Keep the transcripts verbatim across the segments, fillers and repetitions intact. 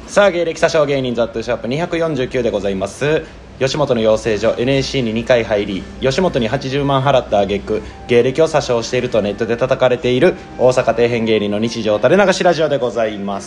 さあ芸歴詐称芸人ザットゥシャープにひゃくよんじゅうきゅうでございます。吉本の養成所 エヌエスシー ににかい入り、吉本にはちじゅうまん払った挙句芸歴を詐称しているとネットで叩かれている大阪底辺芸人の日常垂れ流しラジオでございます。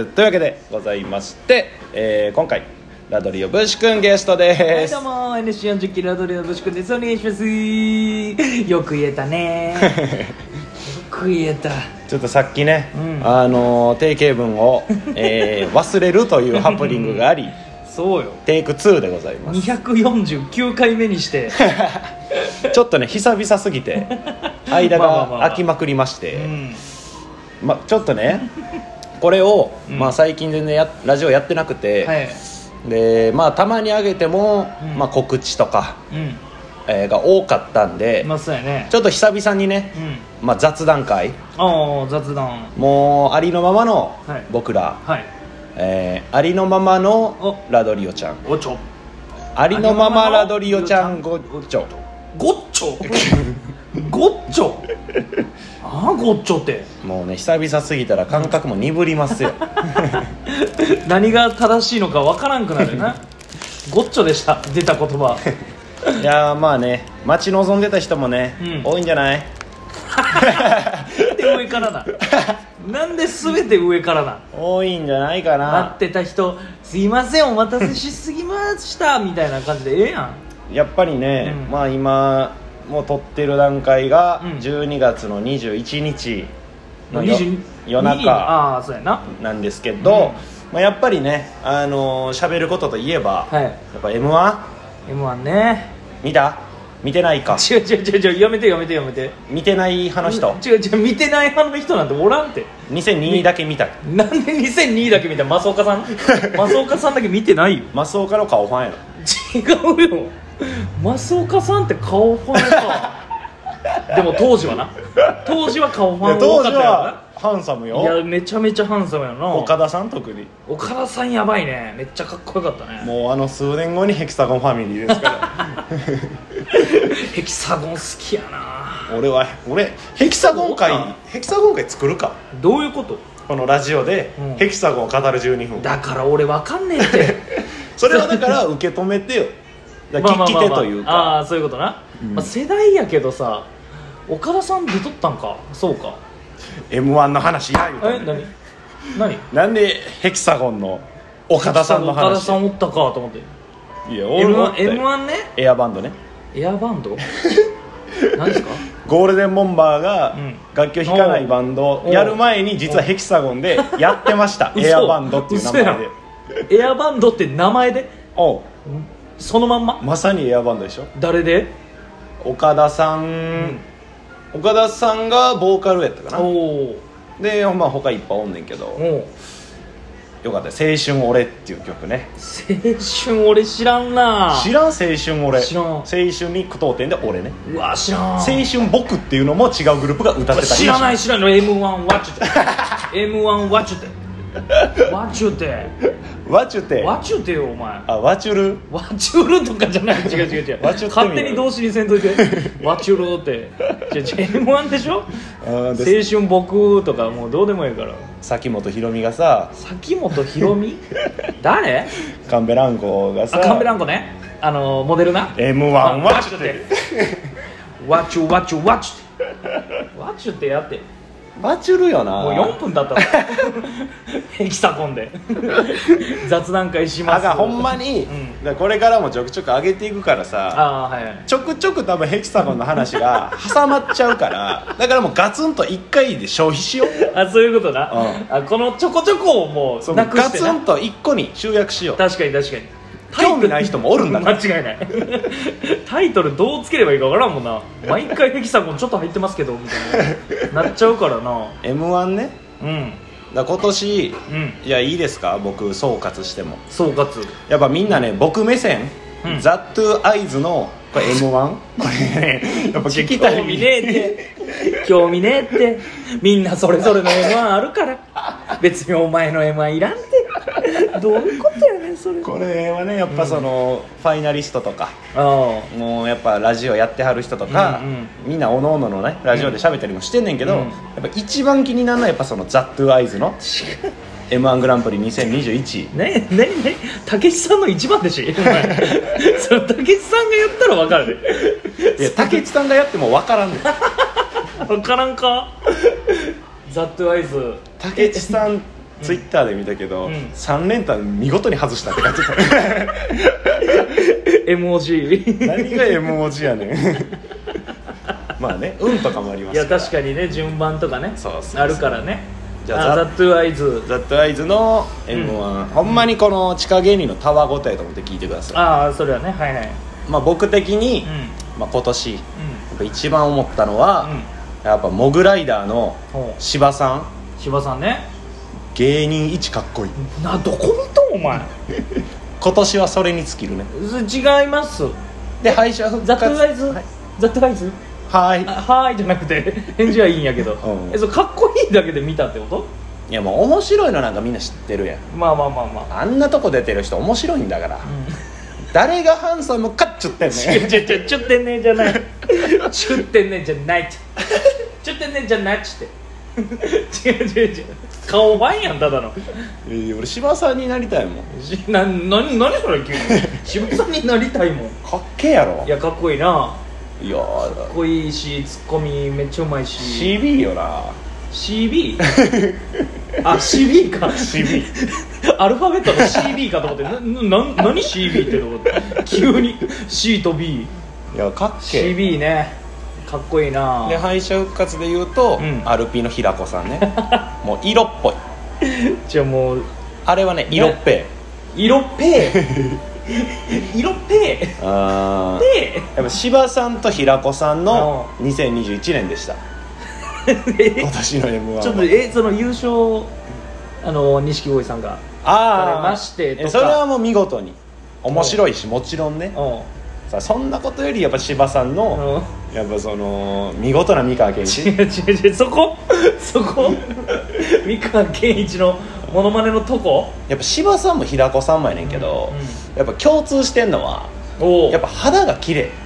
というわけでございまして、えー、今回ラドリオブシ君ゲストです。 はい、どうも エヌエスシーよんじゅっきラドリオブシ君です。お願いします。よく言えたねよく言えた。 ちょっとさっきね、 うん、 あの定型文を、えー、忘れるというハプニングがありそうよ、 テイクツーでございます。 にひゃくよんじゅうきゅうかいめにしてちょっとね久々すぎて間が空きまくりまして、まあ、ちょっとねこれを、うんまあ、最近全然やラジオやってなくて、はいでまあ、たまに上げても、うんまあ、告知とか、うんえー、が多かったんで、 まあそうやね、 ちょっと久々にね、うんまあ、雑談会あ雑談もうありのままの僕ら、 はいはいえー、ありのままのラドリオちゃんごちょありのままラドリオちゃんごっちょごっちょごっちょああごっちょってもうね久々すぎたら感覚も鈍りますよ何が正しいのかわからんくなるなごっちょでした出た言葉いやまあね待ち望んでた人もね、うん、多いんじゃないで上からななんで全て上からな多いんじゃないかな。 待ってた人すいませんお待たせしすぎましたみたいな感じでええやん。やっぱりね、うん、まあ今もう撮ってる段階がじゅうにがつのにじゅういちにちのよ、うん、夜中なんですけど、うんまあ、やっぱりねあのー、喋ることといえば、はい、やっぱ エムワン? エムワン ね見た見てないか。 違う違う違う違うやめてやめてやめて見てない派の人。 違う違う見てない派の人なんておらんて。 にせんにだけ見た。 なんでにせんにだけ見た。増岡さん増岡さんだけ見てないよ。 増岡の顔ファンやろ。違うよ増岡さんって顔ファンかでも当時はな当時は顔ファン多かったよな。 ハンサムよ。 いやめちゃめちゃハンサムやな。 岡田さん特に。 岡田さんやばいね。めっちゃかっこよかったね。 もうあの数年後にヘキサゴンファミリーですからヘキサゴン好きやな。 俺は俺ヘキサゴン会ヘキサゴン会作るか。 どういうこと。 このラジオでヘキサゴンを語るじゅうにふん、 だから俺わかんねえってそれはだから受け止めてよ。だ聞き手というか、 まあまあまあまあ、ああそういうことな、うんまあ、世代やけどさ岡田さん出とったんか。そうかエムワン の話や言うたね。え何何なんでヘキサゴンの岡田さんの話。 岡田さんおったかと思って。 いやエムワン, エムワン ね。 エアバンドね。 エアバンド何ですか。 ゴールデンボンバーが楽器を弾かないバンドをやる前に実はヘキサゴンでやってましたエアバンドっていう名前で。エアバンドって名前で。 おうそのまんま。 まさにエアバンドでしょ。 誰で。 岡田さん、うん、岡田さんがボーカルやったかな。おで、まあ、他いっぱいおんねんけどよかった。青春俺っていう曲ね。 青春俺知らんな。 知らん。青春俺知らん。 青春に句読点で俺ね。 うわ知らん。 青春僕っていうのも違うグループが歌ってた。 知らない知らない。 エムワン ワッチュてエムワン ワッチュてワチュテワチュテワチュテよお前。 あワチュルワチュルとかじゃない。違う違う違う勝手に動詞にせんといてワチュルって違う違う エムワン でしょ。青春僕とかもうどうでもいいから。 崎本ひろみがさ。 崎本ひろみ誰。 カンベランコがさ。 あカンベランコね。あのモデルな。 エムワン ワチュテワチュワチュワチュワチュってやってバチュルよな。 もうよんぷんだったヘキサゴンで雑談会します。 あがほんまに、うん、これからもちょくちょく上げていくからさあ、はいはい、 ちょくちょく多分ヘキサゴンの話が挟まっちゃうからだからもうガツンといっかいで消費しよう。 あそういうことな、うん、あこのちょこちょこをもうなくしてなガツンといっこに集約しよう。 確かに確かに。 興味ない人もおるんだから間違いないタイトルどうつければいいか分からんもんな。毎回ヘキサゴンちょっと入ってますけどみたいななっちゃうからな。 エムワン ね。 うんだ今年、うん、いやいいですか僕総括しても。 総括やっぱみんなね僕目線、うん、ザ・トゥ・アイズのこれ エムワン これねやっぱ聞きたい。 興味ねえって興味ねえってみんなそれぞれの エムワン あるから別にお前の エムワン いらんってどういうことやねんそれ。 これはねやっぱその、うん、ファイナリストとかもうやっぱラジオやってはる人とか、うんうん、みんなおのおののねラジオで喋ったりもしてんねんけど、うん、やっぱ一番気になるのはやっぱそのザ・トゥ・アイズのエムワン グランプリにせんにじゅういちねねねたけしさんの一番弟子お前そのたけしさんがやったら分かるでいやたけしさんがやっても分からんねん分からんかザットアイズたけしさんツイッターで見たけど、うん、さん連単見事に外したって感じたエムオージー何が エムオージー やねんまあね運とかもありますからいや確かにね順番とかねそうそうそうあるからねじゃあザットアイズザットアイズの エムワン、うん、ほんまにこの地下芸人のたわごとやと思って聞いてください。 ああそれはねはいはいまあ僕的に、うんまあ、今年、うん、やっぱ一番思ったのは、うん、やっぱモグライダーの芝さん芝さんね芸人一かっこいいなどこ見とんお前今年はそれに尽きるね違いますで敗者復活ザットアイズ、はい、ザットアイズはいはいじゃなくて返事はいいんやけど、うん、えそかっこいいだけで見たってこと？ いやもう面白いのなんかみんな知ってるやんまあまあまあまああんなとこ出てる人面白いんだから、うん、誰がハンサムかっちゅってんねんちゅちゅちゅちゅってんねんじゃないちゅってんねんじゃないちゅってんねんじゃないっつって違う違う違う顔ばいやんただのえー、俺芝さんになりたいもんな何何それ急に芝さんになりたいもんかっけえやろいやかっこいいないやかっこいいしツッコミめっちゃうまいしシービー よなシービー? あ シービー かシービーアルファベットの シービー かと思ってなな何 シービー ってと思って急に C と B いやかっけえシービー ねかっこいいなで敗者復活で言うと、うん、アルピーの平子さんねもう色っぽいじゃあもうあれはね色っぺえ色っぺえ色っぺえあでやっぱ芝さんと平子さんのにせんにじゅういちねんでした今年の エムワンちょっとえその優勝あの錦鯉さんがあましてとかそれはもう見事に面白いしもちろんねさそんなことよりやっぱ芝さんのやっぱその見事な三河健一違う違う違うそこそこ三河健一のモノマネのとこやっぱ芝さんも平子さんもやねんけど、うんうん、やっぱ共通してんのはやっぱ肌が綺麗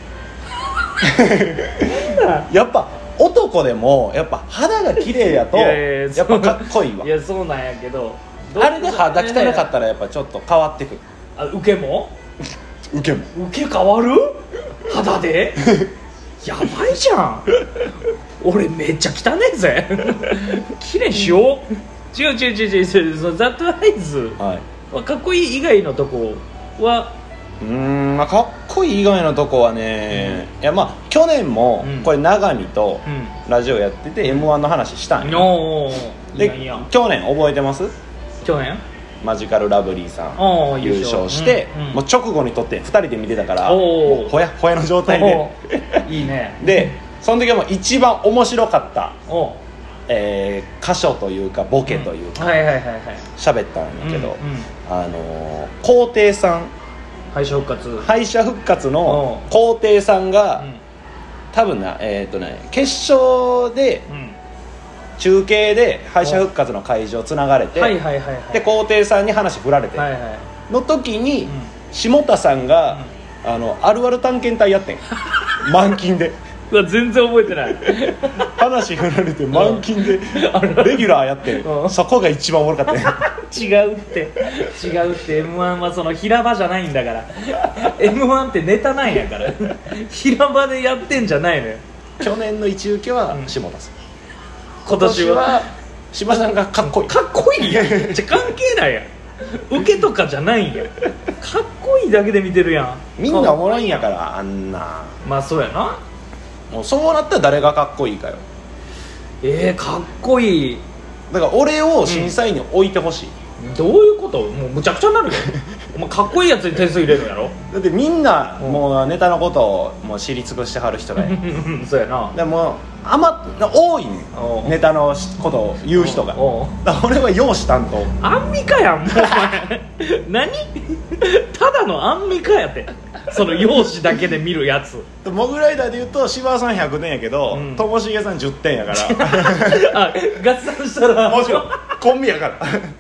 やっぱ男でもやっぱ肌が綺麗やとやっぱかっこいいわいやそうなんやけどあれで肌汚かったらやっぱちょっと変わってくるあ受けも受けも受け変わる肌でやばいじゃん俺めっちゃ汚ねえぜ綺麗しよう違う違う違う違うそのザットアイズはかっこいい以外のとこはうーん、まあ、かっこいい以外のとこはね、うん、いやまあ去年もこれ永見とラジオやってて エムワン の話したんよ、うん、でいやいや去年覚えてます？ 去年マジカルラブリーさん優勝して、うんうん、もう直後にとってふたりで見てたからもうほやほやの状態でいいねでその時はもう一番面白かった、えー、箇所というかボケというか喋ったんだけど、うんうん、あのー、皇帝さん敗者復活敗者復活の皇帝さんが、うん、多分なえっ、ー、とね決勝で、うん中継で敗者復活の会場つながれて、はいはいはいはい、で皇帝さんに話振られて、はいはい、の時に、うん、下田さんが、うん、あのあるある探検隊やってん満勤でうわ全然覚えてない話振られて満勤でレギュラーやってるそこが一番おもろかった違うって違うって エムワン はその平場じゃないんだから エムワン ってネタなんやから平場でやってんじゃないのよ去年の一受けは下田さん、うん今年は柴さんがかっこいいかっこいいやんじゃ関係ないやん受けとかじゃないんやかっこいいだけで見てるやんみんなおもろいんやからあんなまあそうやなもうそうなったら誰がかっこいいかよえー、かっこいいだから俺を審査員に置いてほしい、 うん、どういうこともうむちゃくちゃになるよお前かっこいいやつに点数入れるんやろだってみんなもうネタのことをもう知り尽くしてはる人がそうやなでもあま多いねネタのことを言う人がだから俺は容姿担当アンミカやんもうお前何ただのアンミカやってその容姿だけで見るやつモグライダーで言うと柴さんひゃくてんやけどともしげさんじゅってんやからあ合算したらもちろんコンビやから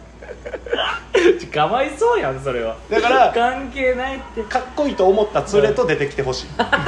かわいそうやんそれはだから関係ないってかっこいいと思った連れと出てきてほしい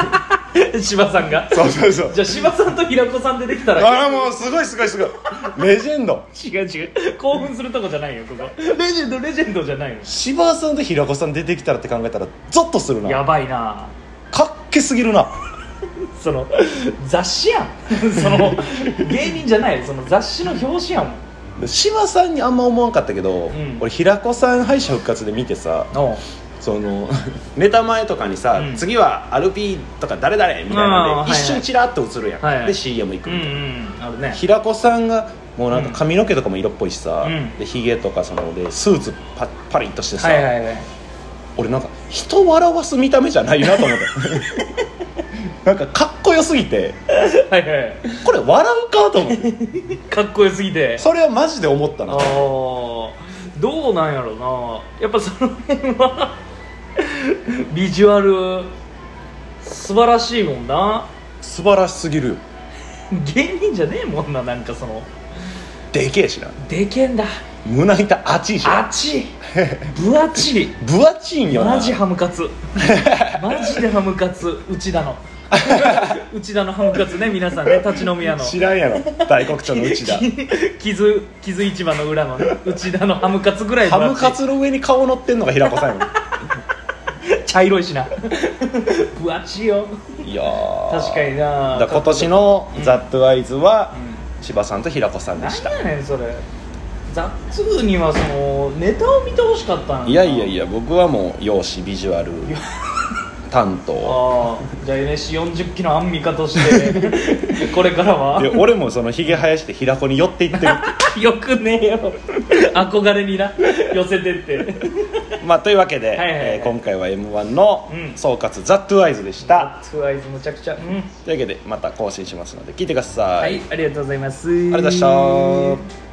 柴さんが。 そうそうそう。 じゃあ柴さんと平子さんでできたら。 ああもうすごいすごいすごいレジェンド。 違う違う、興奮するとこじゃないよここ。レジェンドレジェンドじゃないの。 柴さんと平子さん出てきたらって考えたらゾッとするな。 やばいな。 かっけすぎるな。 その雑誌やんその芸人じゃない、その雑誌の表紙やもん。 柴さんにあんま思わんかったけど、 うん、 俺平子さん敗者復活で見てさ、そのネタ前とかにさ、うん、次はアルピーとか誰々みたいなんで一瞬チラッと映るやん、はいはい、で シーエム 行くみたいな、うんうん、あるね、平子さんがもうなんか髪の毛とかも色っぽいしさ、うん、でヒゲとかそのでスーツ パ, パリッとしてさ、はいはいはい、俺なんか人笑わす見た目じゃないなと思ってなんかかっこよすぎてはい、はい、これ笑うかと思ってかっこよすぎてそれはマジで思ったな。あどうなんやろな、やっぱその辺はビジュアル素晴らしいもんな。 素晴らしすぎるよ。 芸人じゃねえもんな、なんかそのでけえしな。 でけえんだ。 胸板熱いしな。 熱い分厚い分厚いんよな。 マジハムカツマジでハムカツ内田の内田のハムカツね、皆さんね、立ち飲み屋の知らんやろ大黒町の内田傷傷市場の裏のね内田のハムカツぐらい。 ハムカツの上に顔乗ってんのが平子さんや茶色いしな分厚いよ。 いや確かにな。 だ今年のザットワイズは、うん、柴さんと平子さんでした。 何やねんそれ。ザッツーにはそのネタを見てほしかったん。 いやいやいや、僕はもう容姿ビジュアル担当。 ああ、じゃあ エヌエスシーよんじゅっ 期のアンミカとしてこれからは。 で俺もそのヒゲ生やして平子に寄っていってるよくねえよ憧れにな寄せてってまあというわけで、はいはいはい、えー、今回は エムワン の総括、うん、ザットワイズでした。 ザットワイズむちゃくちゃ、うん、 というわけでまた更新しますので聞いてください。 はい、ありがとうございます。 ありがとうございました。